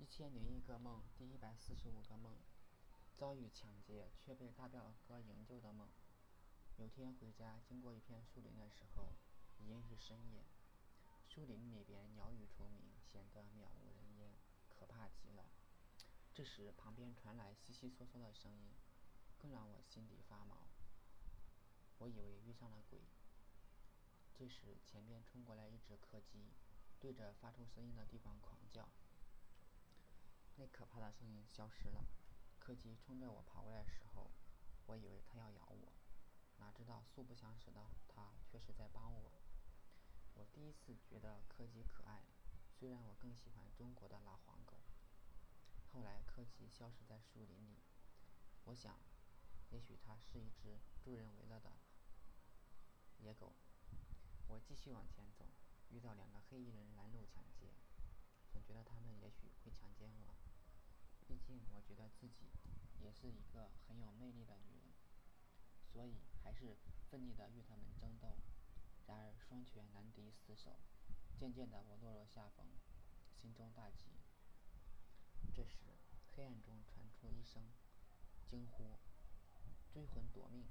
1001个梦第145个梦，遭遇抢劫却被大表哥营救的梦。有天回家，经过一片树林的时候，已经是深夜。树林里边鸟语虫鸣，显得渺无人烟，可怕极了。这时旁边传来悉悉嗦嗦的声音，更让我心里发毛。我以为遇上了鬼。这时前边冲过来一只柯基，对着发出声音的地方狂叫。那可怕的声音消失了。柯基冲着我跑过来的时候，我以为它要咬我，哪知道素不相识的它却是在帮我。我第一次觉得柯基可爱，虽然我更喜欢中国的老黄狗。后来柯基消失在树林里，我想，也许它是一只助人为乐的野狗。我继续往前走，遇到2个黑衣人拦路抢劫，总觉得他们也许会强奸我。毕竟我觉得自己也是一个很有魅力的女人，所以还是奋力地与他们争斗。然而双拳难敌死手，渐渐的我落入下风，心中大急。这时黑暗中传出一声惊呼：追魂夺命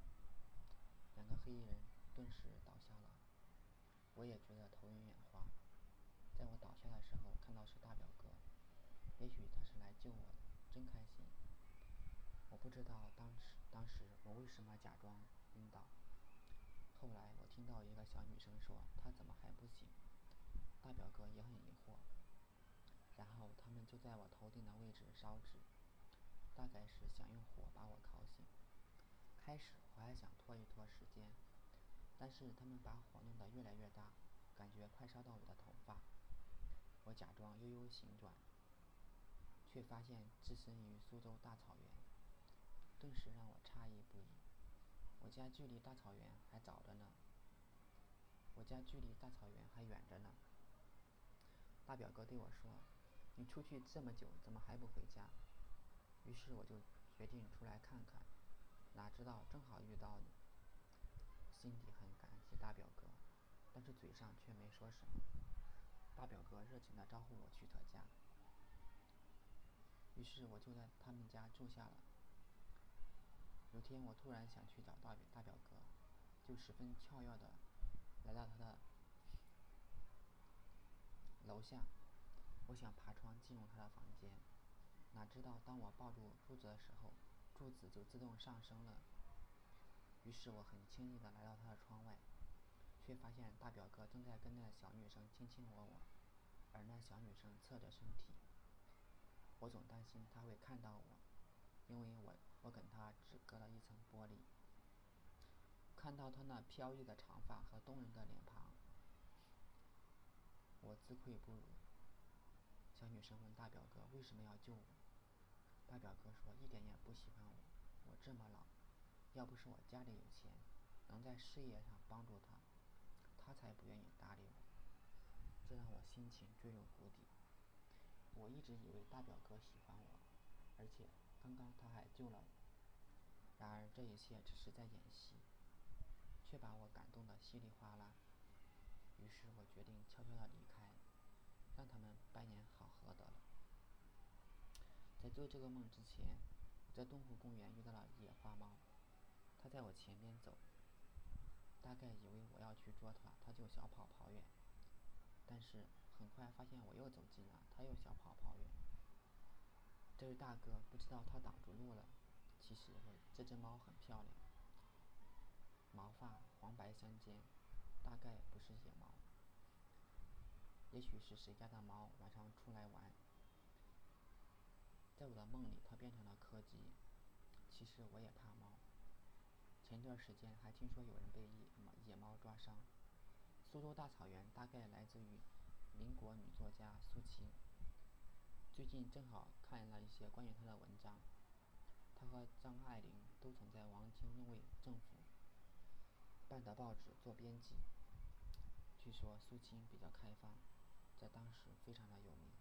！2个黑衣人顿时倒下了，我也觉得头晕眼花。在我倒下的时候，看到是大表哥，也许他是来救我的，真开心。我不知道当时我为什么假装晕倒。后来我听到一个小女生说她怎么还不醒，大表哥也很疑惑。然后他们就在我头顶的位置烧纸，大概是想用火把我烤醒。开始我还想拖一拖时间，但是他们把火弄得越来越大，感觉快烧到我的头发。我假装悠悠醒转，却发现置身于苏州大草原，顿时让我诧异不已。我家距离大草原还早着呢，我家距离大草原还远着呢。大表哥对我说：“你出去这么久，怎么还不回家？”于是我就决定出来看看，哪知道正好遇到你。心里很感激大表哥，但是嘴上却没说什么。大表哥热情地招呼我去他家，于是我就在他们家住下了。有天我突然想去找大表哥，就十分跳跃地来到他的楼下，我想爬窗进入他的房间，哪知道当我抱住柱子的时候，柱子就自动上升了。于是我很轻易地来到他的窗外，却发现大表哥正在跟那小女生卿卿我我，而那小女生侧着身体。我总担心他会看到我，因为我跟他只隔了一层玻璃。看到他那飘逸的长发和动人的脸庞，我自愧不如。小女生问大表哥为什么要救我。大表哥说一点也不喜欢我，我这么老，要不是我家里有钱，能在事业上帮助他，他才不愿意搭理我。这让我心情坠入谷底。我一直以为大表哥喜欢我，而且刚刚他还救了我。然而这一切只是在演戏，却把我感动得稀里哗啦。于是我决定悄悄地离开，让他们百年好合得了。在做这个梦之前，我在东湖公园遇到了野花猫，它在我前面走，大概以为我要去捉它，它就小跑跑远。但是很快发现我又走近了，它又小跑跑远。这位大哥不知道他挡住路了。其实这只猫很漂亮，毛发黄白相间，大概不是野猫，也许是谁家的猫晚上出来玩。在我的梦里，它变成了柯基。其实我也怕猫。前段时间还听说有人被野猫抓伤。苏州大草原大概来自于民国女作家苏青。最近正好看了一些关于她的文章，她和张爱玲都曾在王京为政府办的报纸做编辑。据说苏青比较开放，在当时非常的有名。